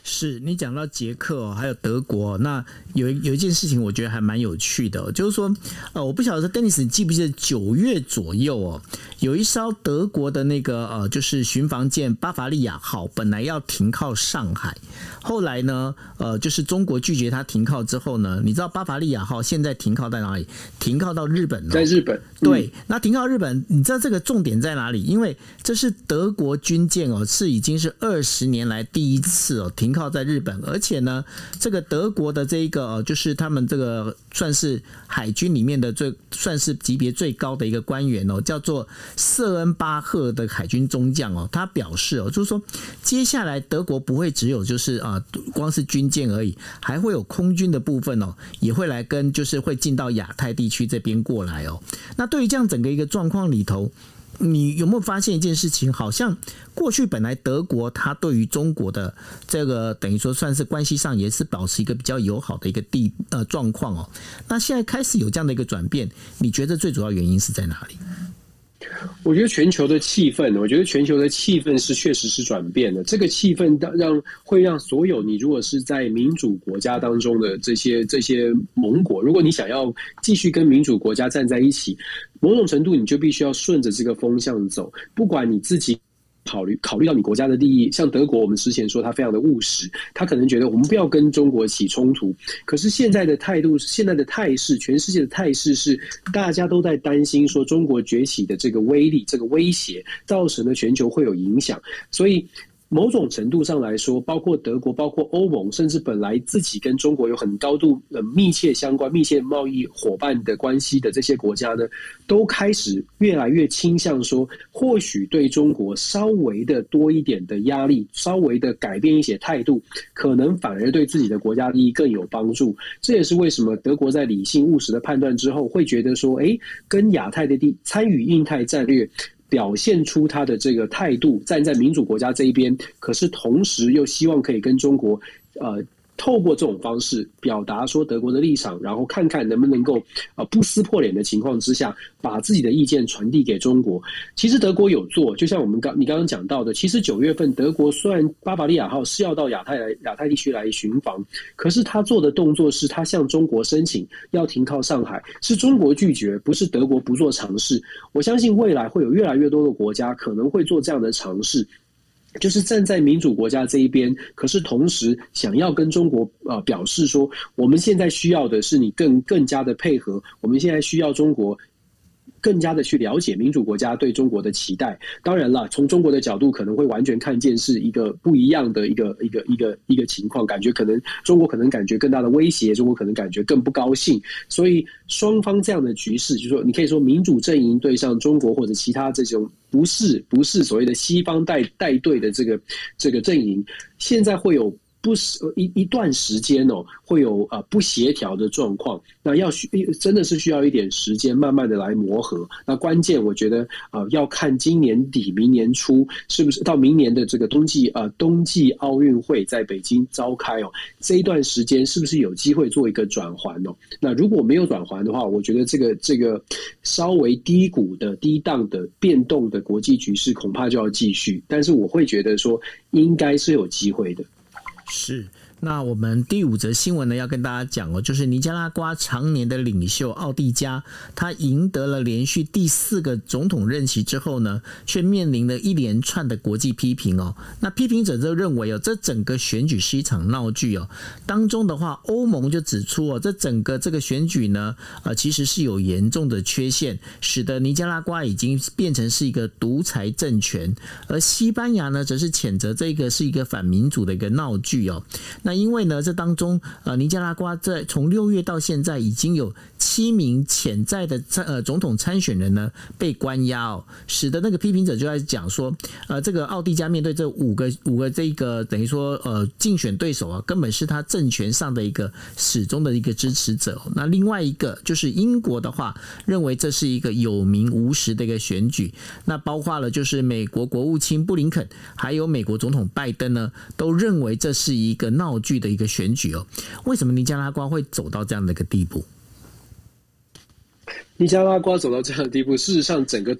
是你讲到捷克哦，还有德国、哦，那有有一件事情我觉得还蛮有趣的、哦，就是说，呃，我不晓得 Dennis 你记不记得九月左右哦，有一艘德国的那个呃，就是巡防舰巴伐利亚号，本来要停靠上海，后来呢，呃，就是中国拒绝它停靠之后呢，你知道巴伐利亚号现在停靠在哪里？停靠到日本了、哦， 在日本。 对，那停靠日本，你知道这个重点在哪里？因为这是德国军舰哦，是已经是二十年来第一次哦停靠在日本，而且呢，这个德国的这一个哦，就是他们这个算是海军里面的最算是级别最高的一个官员哦，叫做瑟恩巴赫的海军中将哦，他表示哦，就是说接下来德国不会只有就是啊光是军舰而已，还会有空军的部分哦，也会来跟就是会进到亚太地区这边过来哦。那对于这样整个一个状况里头，你有没有发现一件事情？好像过去本来德国它对于中国的这个等于说算是关系上也是保持一个比较友好的一个地呃状况哦。那现在开始有这样的一个转变，你觉得最主要原因是在哪里？ 我觉得全球的气氛，我觉得全球的气氛是确实是转变的。这个气氛让会让所有你如果是在民主国家当中的这些这些盟国，如果你想要继续跟民主国家站在一起，某种程度你就必须要顺着这个风向走，不管你自己。考虑考虑到你国家的利益，像德国，我们之前说他非常的务实，他可能觉得我们不要跟中国起冲突。可是现在的态度，现在的态势，全世界的态势是，大家都在担心说中国崛起的这个威力、这个威胁，造成了全球会有影响，所以。某种程度上来说，包括德国、包括欧盟，甚至本来自己跟中国有很高度、呃、密切相关、密切贸易伙伴的关系的这些国家呢，都开始越来越倾向说，或许对中国稍微的多一点的压力，稍微的改变一些态度，可能反而对自己的国家利益更有帮助。这也是为什么德国在理性务实的判断之后，会觉得说，哎，跟亚太的地参与印太战略。表现出他的这个态度，站在民主国家这一边，可是同时又希望可以跟中国，呃，透过这种方式表达说德国的立场，然后看看能不能够呃不撕破脸的情况之下，把自己的意见传递给中国。其实德国有做，就像我们刚你刚刚讲到的，其实九月份德国虽然巴伐利亚号是要到亚太来亚太地区来巡防，可是他做的动作是他向中国申请要停靠上海，是中国拒绝，不是德国不做尝试。我相信未来会有越来越多的国家可能会做这样的尝试。就是站在民主国家这一边，可是同时想要跟中国呃表示说，我们现在需要的是你更更加的配合，我们现在需要中国更加的去了解民主国家对中国的期待。当然了，从中国的角度可能会完全看见是一个不一样的一个一个一个一个情况，感觉可能中国可能感觉更大的威胁，中国可能感觉更不高兴。所以双方这样的局势，就是说你可以说民主阵营对上中国或者其他这种不是不是所谓的西方带带队的这个这个阵营，现在会有。不是一一段时间哦，会有呃不协调的状况，那要需真的是需要一点时间，慢慢的来磨合。那关键我觉得呃要看今年底、明年初是不是到明年的这个冬季呃冬季奥运会在北京召开哦，这一段时间是不是有机会做一个转环哦？那如果没有转环的话，我觉得这个这个稍微低谷的、低档的变动的国际局势恐怕就要继续，但是我会觉得说应该是有机会的。 是，那我们第五则新闻呢，要跟大家讲哦，就是尼加拉瓜常年的领袖奥蒂加，他赢得了连续第四个总统任期之后呢，却面临了一连串的国际批评哦。那批评者就认为哦，这整个选举是一场闹剧哦。当中的话，欧盟就指出哦，这整个这个选举呢，呃，其实是有严重的缺陷，使得尼加拉瓜已经变成是一个独裁政权。而西班牙呢，则是谴责这个是一个反民主的一个闹剧哦。那因为呢，这当中呃，尼加拉瓜在从六月到现在已经有七名潜在的呃总统参选人呢被关押哦，使得那个批评者就在讲说，呃，这个奥蒂加面对这五个五个这个等于说呃竞选对手啊，根本是他政权上的一个始终的一个支持者。那另外一个就是英国的话，认为这是一个有名无实的一个选举。那包括了就是美国国务卿布林肯，还有美国总统拜登呢，都认为这是一个闹剧的一个选举哦。为什么尼加拉瓜会走到这样的一个地步？ 尼加拉瓜走到这样的地步，事实上整个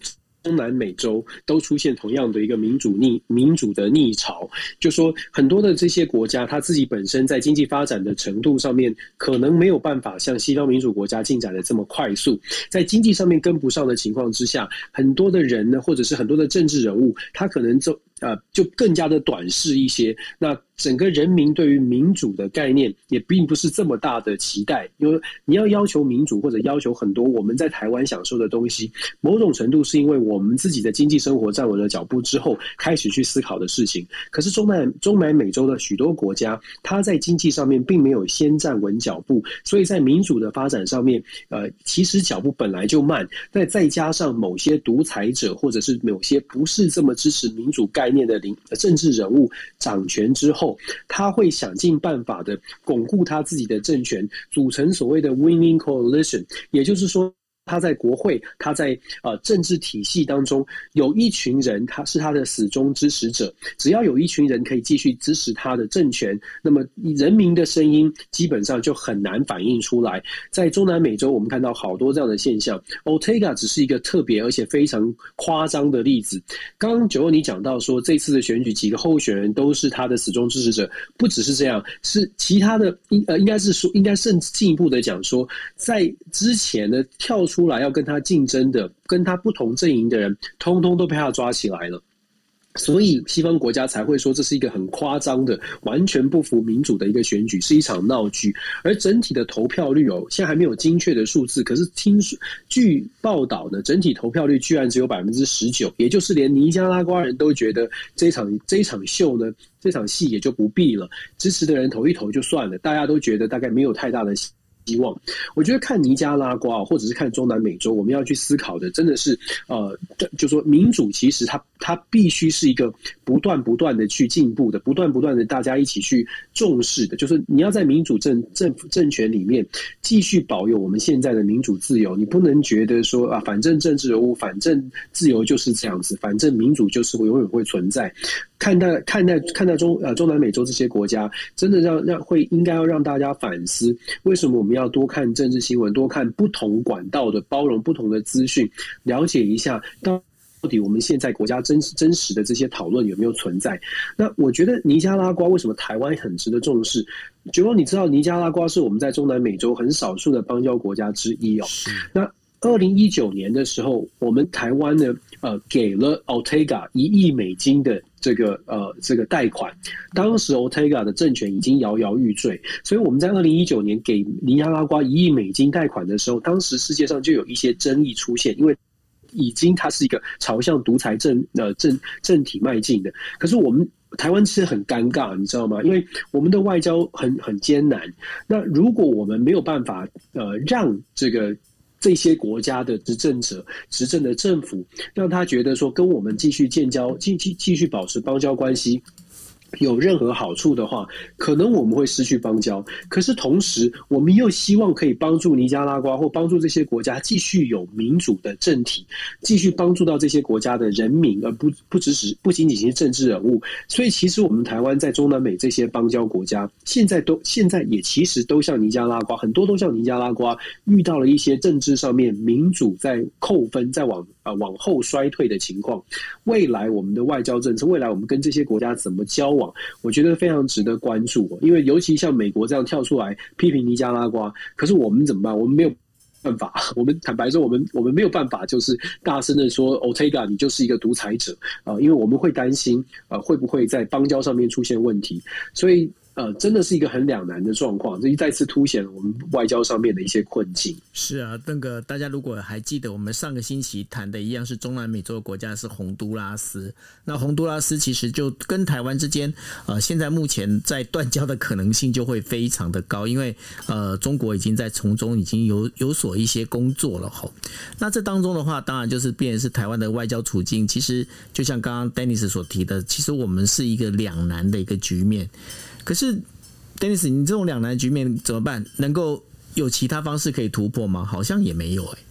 中南美洲都出现同样的一个民主逆民主的逆潮，就说很多的这些国家，它自己本身在经济发展的程度上面，可能没有办法像西方民主国家进展的这么快速，在经济上面跟不上的情况之下，很多的人呢，或者是很多的政治人物，他可能就呃就更加的短视一些。那整个人民对于民主的概念也并不是这么大的期待，因为你要要求民主或者要求很多我们在台湾享受的东西，某种程度是因为我们自己的经济生活站稳了脚步之后开始去思考的事情。可是中南中南美洲的许多国家，它在经济上面并没有先站稳脚步，所以在民主的发展上面，呃，其实脚步本来就慢。再再加上某些独裁者或者是某些不是这么支持民主概念的领政治人物掌权之后，他会想尽办法的巩固他自己的政权，组成所谓的 winning coalition， 也就是说他在国会，他在呃政治体系当中有一群人，他是他的死忠支持者。只要有一群人可以继续支持他的政权，那么人民的声音基本上就很难反映出来。在中南美洲，我们看到好多这样的现象。Ortega 只是一个特别而且非常夸张的例子。刚刚九欧你讲到说，这次的选举几个候选人都是他的死忠支持者，不只是这样，是其他的应呃应该是说，应该甚至进一步的讲说，在之前呢跳出来要跟他竞争的、跟他不同阵营的人，通通都被他抓起来了。所以西方国家才会说这是一个很夸张的、完全不服民主的一个选举，是一场闹剧。而整体的投票率哦，现在还没有精确的数字，可是听说据报道呢，整体投票率居然只有百分之十九，也就是连尼加拉瓜人都觉得这场这一场秀呢，这场戏也就不必了，支持的人投一投就算了，大家都觉得大概没有太大的希望。我觉得看尼加拉瓜或者是看中南美洲，我们要去思考的真的是呃，就说民主其实它它必须是一个不断不断的去进步的，不断不断的大家一起去重视的。就是你要在民主政政府政权里面继续保有我们现在的民主自由，你不能觉得说啊，反正政治人物，反正自由就是这样子，反正民主就是永远会存在。看待看待看待中呃中南美洲这些国家，真的让让会应该要让大家反思，为什么我们要多看政治新闻，多看不同管道的包容不同的资讯，了解一下到底我们现在国家真真实的这些讨论有没有存在。那我觉得尼加拉瓜为什么台湾很值得重视？九欧，你知道尼加拉瓜是我们在中南美洲很少数的邦交国家之一哦。那二零一九年的时候，我们台湾呢，呃，给了 Ortega 一亿美金的这个呃这个贷款。当时 Ortega 的政权已经摇摇欲坠，所以我们在二零一九年给尼加拉瓜一亿美金贷款的时候，当时世界上就有一些争议出现，因为已经它是一个朝向独裁政呃政政体迈进的。可是我们台湾其实很尴尬，你知道吗？因为我们的外交很很艰难。那如果我们没有办法呃让这个这些国家的执政者、执政的政府，让他觉得说跟我们继续建交、继继继续保持邦交关系有任何好处的话，可能我们会失去邦交。可是同时，我们又希望可以帮助尼加拉瓜或帮助这些国家继续有民主的政体，继续帮助到这些国家的人民，而不不只是不仅仅是政治人物。所以，其实我们台湾在中南美这些邦交国家，现在都现在也其实都像尼加拉瓜，很多都像尼加拉瓜遇到了一些政治上面民主在扣分，在往呃往后衰退的情况。未来我们的外交政策，未来我们跟这些国家怎么交往？我觉得非常值得关注，因为尤其像美国这样跳出来批评尼加拉瓜，可是我们怎么办？我们没有办法，我们坦白说，我们我们没有办法，就是大声的说 Ortega 你就是一个独裁者啊、呃，因为我们会担心呃会不会在邦交上面出现问题，所以。呃，真的是一个很两难的状况，这一再次凸显了我们外交上面的一些困境。 是啊，那个大家如果还记得，我们上个星期谈的一样是中南美洲的国家是洪都拉斯。那洪都拉斯其实就跟台湾之间，呃，现在目前在断交的可能性就会非常的高，因为呃，中国已经在从中已经有有所一些工作了吼。那这当中的话，当然就是变成是台湾的外交处境，其实就像刚刚 Dennis 所提的，其实我们是一个两难的一个局面。可是 ，Dennis， 你这种两难局面怎么办？能够有其他方式可以突破吗？好像也没有哎、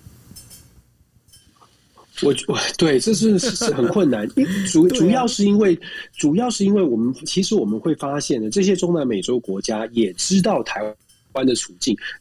欸。我对，这是是很困难。主主要是因为，主要是因为我们其实我们会发现的，这些中南美洲国家也知道台湾的处境，然后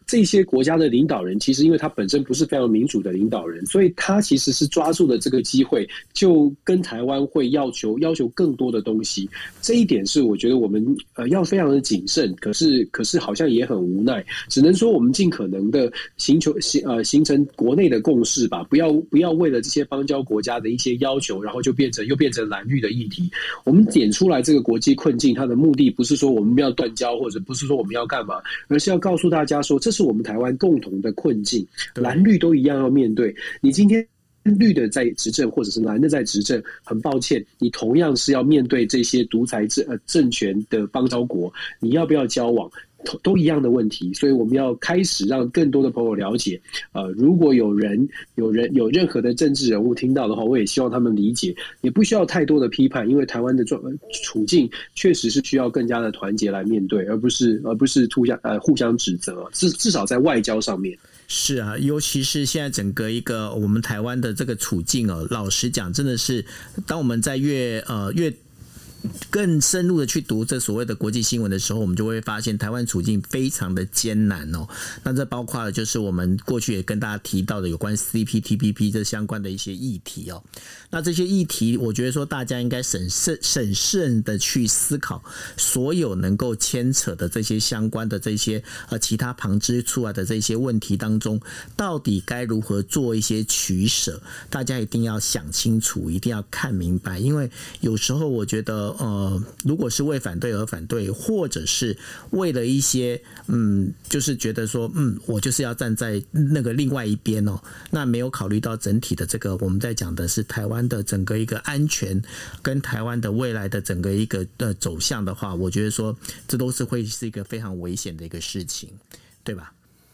这些国家的领导人，其实因为他本身不是非常民主的领导人，所以他其实是抓住了这个机会，就跟台湾会要求要求更多的东西。这一点是我觉得我们呃要非常的谨慎，可是可是好像也很无奈，只能说我们尽可能的形成形呃形成国内的共识吧，不要不要为了这些邦交国家的一些要求，然后就变成又变成蓝绿的议题。我们点出来这个国际困境，它的目的不是说我们要断交，或者不是说我们要干嘛，而是要告诉大家说，这是我们台湾共同的困境，蓝绿都一样要面对。你今天绿的在执政，或者是蓝的在执政，很抱歉，你同样是要面对这些独裁政呃政权的邦交国，你要不要交往？都一样的问题，所以我们要开始让更多的朋友了解。呃，如果有人、有人、有任何的政治人物听到的话，我也希望他们理解，也不需要太多的批判，因为台湾的状处境确实是需要更加的团结来面对，而不是而不是互相呃互相指责。至至少在外交上面。 是啊，尤其是现在整个一个我们台湾的这个处境哦，老实讲，真的是当我们在越呃越。更深入的去读这所谓的国际新闻的时候，我们就会发现台湾处境非常的艰难哦。那这包括了就是我们过去也跟大家提到的有关 C P T P P 这相关的一些议题哦。那这些议题，我觉得说大家应该审慎审慎的去思考，所有能够牵扯的这些相关的这些呃其他旁支出来的这些问题当中，到底该如何做一些取舍？大家一定要想清楚，一定要看明白，因为有时候我觉得。呃，如果是为反对而反对，或者是为了一些嗯，就是觉得说嗯，我就是要站在那个另外一边哦，那没有考虑到整体的这个我们在讲的是台湾的整个一个安全跟台湾的未来的整个一个呃走向的话，我觉得说这都是会是一个非常危险的一个事情，对吧？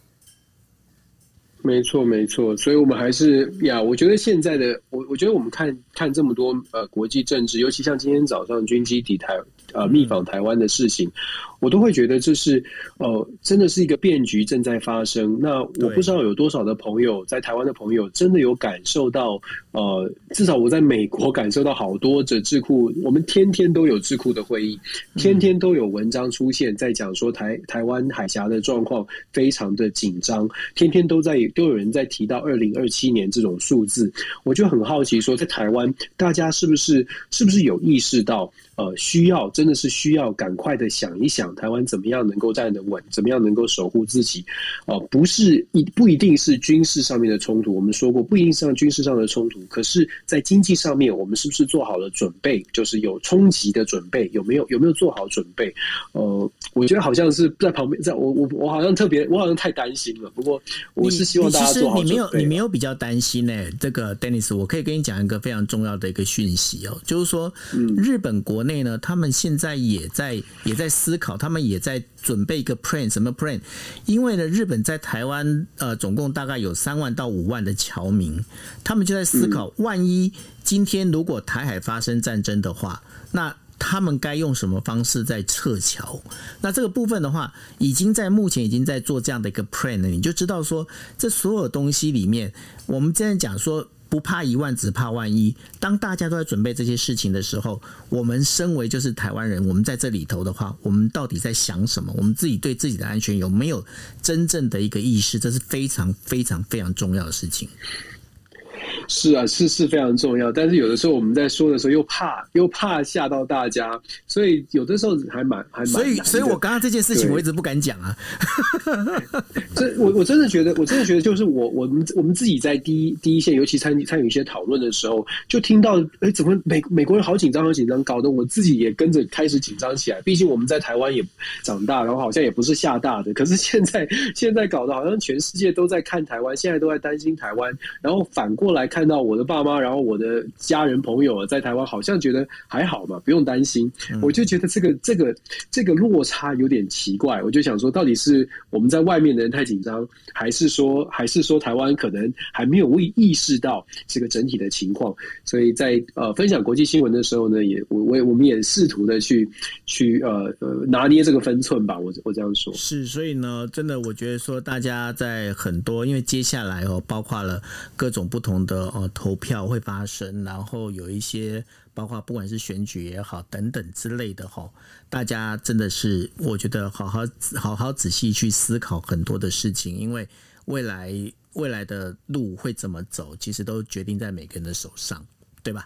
没错，没错，所以我们还是呀，我觉得现在的我，我觉得我们看看这么多呃国际政治，尤其像今天早上军机抵台呃密访台湾的事情，我都会觉得这是呃真的是一个变局正在发生。那我不知道有多少的朋友在台湾的朋友真的有感受到，呃，至少我在美国感受到好多的智库，我们天天都有智库的会议，天天都有文章出现在讲说台台湾海峡的状况非常的紧张，天天都在。都有人在提到二零二七年这种数字，我就很好奇说，在台湾大家是不是是不是有意识到，呃，需要真的是需要赶快的想一想，台湾怎么样能够站得稳，怎么样能够守护自己，哦、呃，不是一不一定是军事上面的冲突，我们说过不一定是军事上的冲突，可是在经济上面，我们是不是做好了准备？就是有冲击的准备，有没有有没有做好准备？呃，我觉得好像是在旁边，在我我我好像特别，我好像太担心了。不过我是希望。 其实你没有，你没有比较担心呢、欸。这个 Dennis， 我可以跟你讲一个非常重要的一个讯息哦，就是说，日本国内呢，他们现在也在也在思考，他们也在准备一个 plan， 什么 plan？ 因为呢，日本在台湾呃，总共大概有三万到五万的侨民，他们就在思考，万一今天如果台海发生战争的话，那他们该用什么方式在撤侨？那这个部分的话，已经在目前已经在做这样的一个 plan 了，你就知道说，这所有东西里面，我们之前讲说不怕一万，只怕万一。当大家都在准备这些事情的时候，我们身为就是台湾人，我们在这里头的话，我们到底在想什么？我们自己对自己的安全有没有真正的一个意识？这是非常非常非常重要的事情。 是啊，是是非常重要，但是有的时候我们在说的时候又怕又怕吓到大家，所以有的时候还蛮还蛮所以所以我刚刚这件事情我一直不敢讲啊。 这我我真的觉得我真的觉得就是我我们我们自己在第一第一线，尤其参参与一些讨论的时候，就听到哎怎么美美国人好紧张好紧张，搞得我自己也跟着开始紧张起来。毕竟我们在台湾也长大，然后好像也不是厦大的，可是现在现在搞得好像全世界都在看台湾，现在都在担心台湾，然后反过来看到我的爸妈，然后我的家人朋友在台湾，好像觉得还好嘛，不用担心。嗯、我就觉得这个这个这个落差有点奇怪。我就想说，到底是我们在外面的人太紧张，还是说还是说台湾可能还没有意识到这个整体的情况？所以在呃分享国际新闻的时候呢，也我我我们也试图的去去呃呃拿捏这个分寸吧。我我这样说是，所以呢，真的我觉得说大家在很多，因为接下来哦，包括了各种不同的。 个呃投票会发生，然后有一些包括不管是选举也好等等之类的哈，大家真的是我觉得好好好好仔细去思考很多的事情，因为未来未来的路会怎么走，其实都决定在每个人的手上，对吧？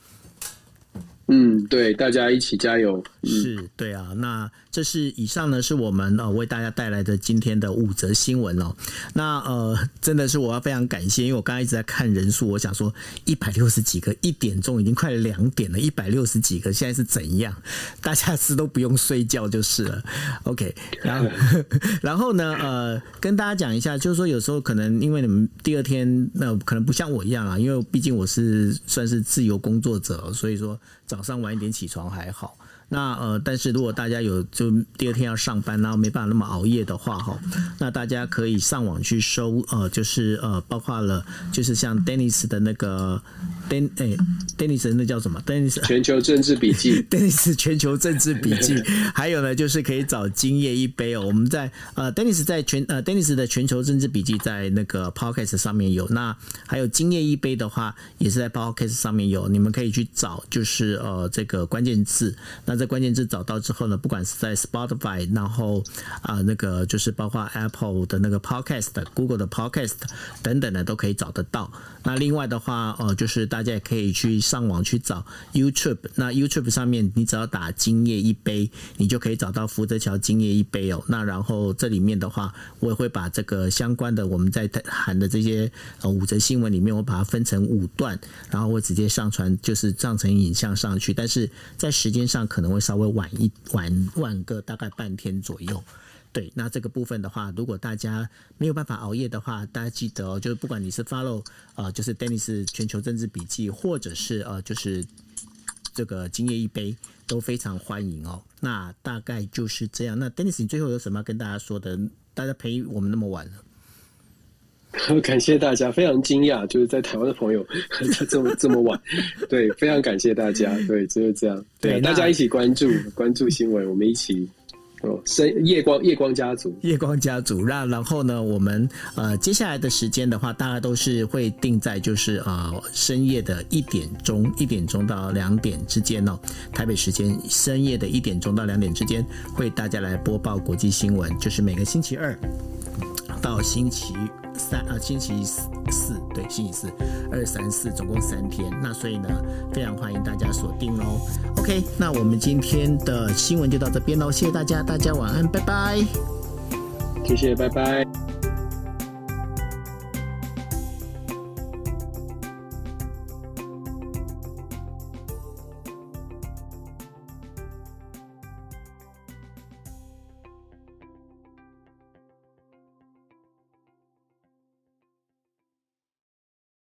嗯，对，大家一起加油。嗯、 是，对啊。那这是以上呢，是我们呃为大家带来的今天的五则新闻哦。那呃，真的是我要非常感谢，因为我刚才一直在看人数，我想说一百六十几个，一点钟已经快两点了，一百六十几个，现在是怎样？大家是都不用睡觉就是了。OK， 然后然后呢，呃，跟大家讲一下，就是说有时候可能因为你们第二天那、呃、可能不像我一样啊，因为毕竟我是算是自由工作者，所以说。早上晚一点起床还好，那呃，但是如果大家有就第二天要上班，然后没办法那么熬夜的话哈，那大家可以上网去搜呃，就是呃，包括了就是像 Dennis 的那个 Den 哎 Dennis 的那叫什么 Dennis 全球政治笔记 Dennis 全球政治笔记，还有呢就是可以找今夜一杯哦。我们在呃 Dennis 在全呃 Dennis 的全球政治笔记在那个 Podcast 上面有，那还有今夜一杯的话也是在 Podcast 上面有，你们可以去找就是呃这个关键字，那这关键字找到之后呢，不管是在 Spotify， 然后啊、呃、那个就是包括 Apple 的那个 Podcast、Google 的 Podcast 等等的都可以找得到。那另外的话，呃，就是大家也可以去上网去找 YouTube， 那 YouTube 上面你只要打今夜一杯，你就可以找到福泽桥今夜一杯哦。那然后这里面的话，我也会把这个相关的我们在喊的这些呃五则新闻里面，我把它分成五段，然后我直接上传，就是上传影像上去，但是在时间上可能会稍微晚一晚晚个大概半天左右。对，那这个部分的话，如果大家没有办法熬夜的话，大家记得哦，就是不管你是 follow 呃，就是 Dennis 全球政治笔记，或者是呃，就是这个今夜一杯，都非常欢迎哦。那大概就是这样。那 Dennis， 你最后有什么要跟大家说的？大家陪我们那么晚了。 感谢大家，非常惊讶，就是在台湾的朋友这么这么晚，对，非常感谢大家，对，就是这样，对，大家一起关注关注新闻，我们一起。哦，夜光夜光家族， 夜光家族。那然后呢，我们呃接下来的时间的话，大概都是会定在就是呃深夜的一点钟，一点钟到两点之间哦。台北时间深夜的一点钟到两点之间，会大家来播报国际新闻，就是每个星期二到星期三啊，星期四对，星期四二三四总共三天。那所以呢，非常欢迎大家锁定哦。OK， 那我们今天的新闻就到这边喽，谢谢大家，大家晚安，拜拜。 谢谢，拜拜。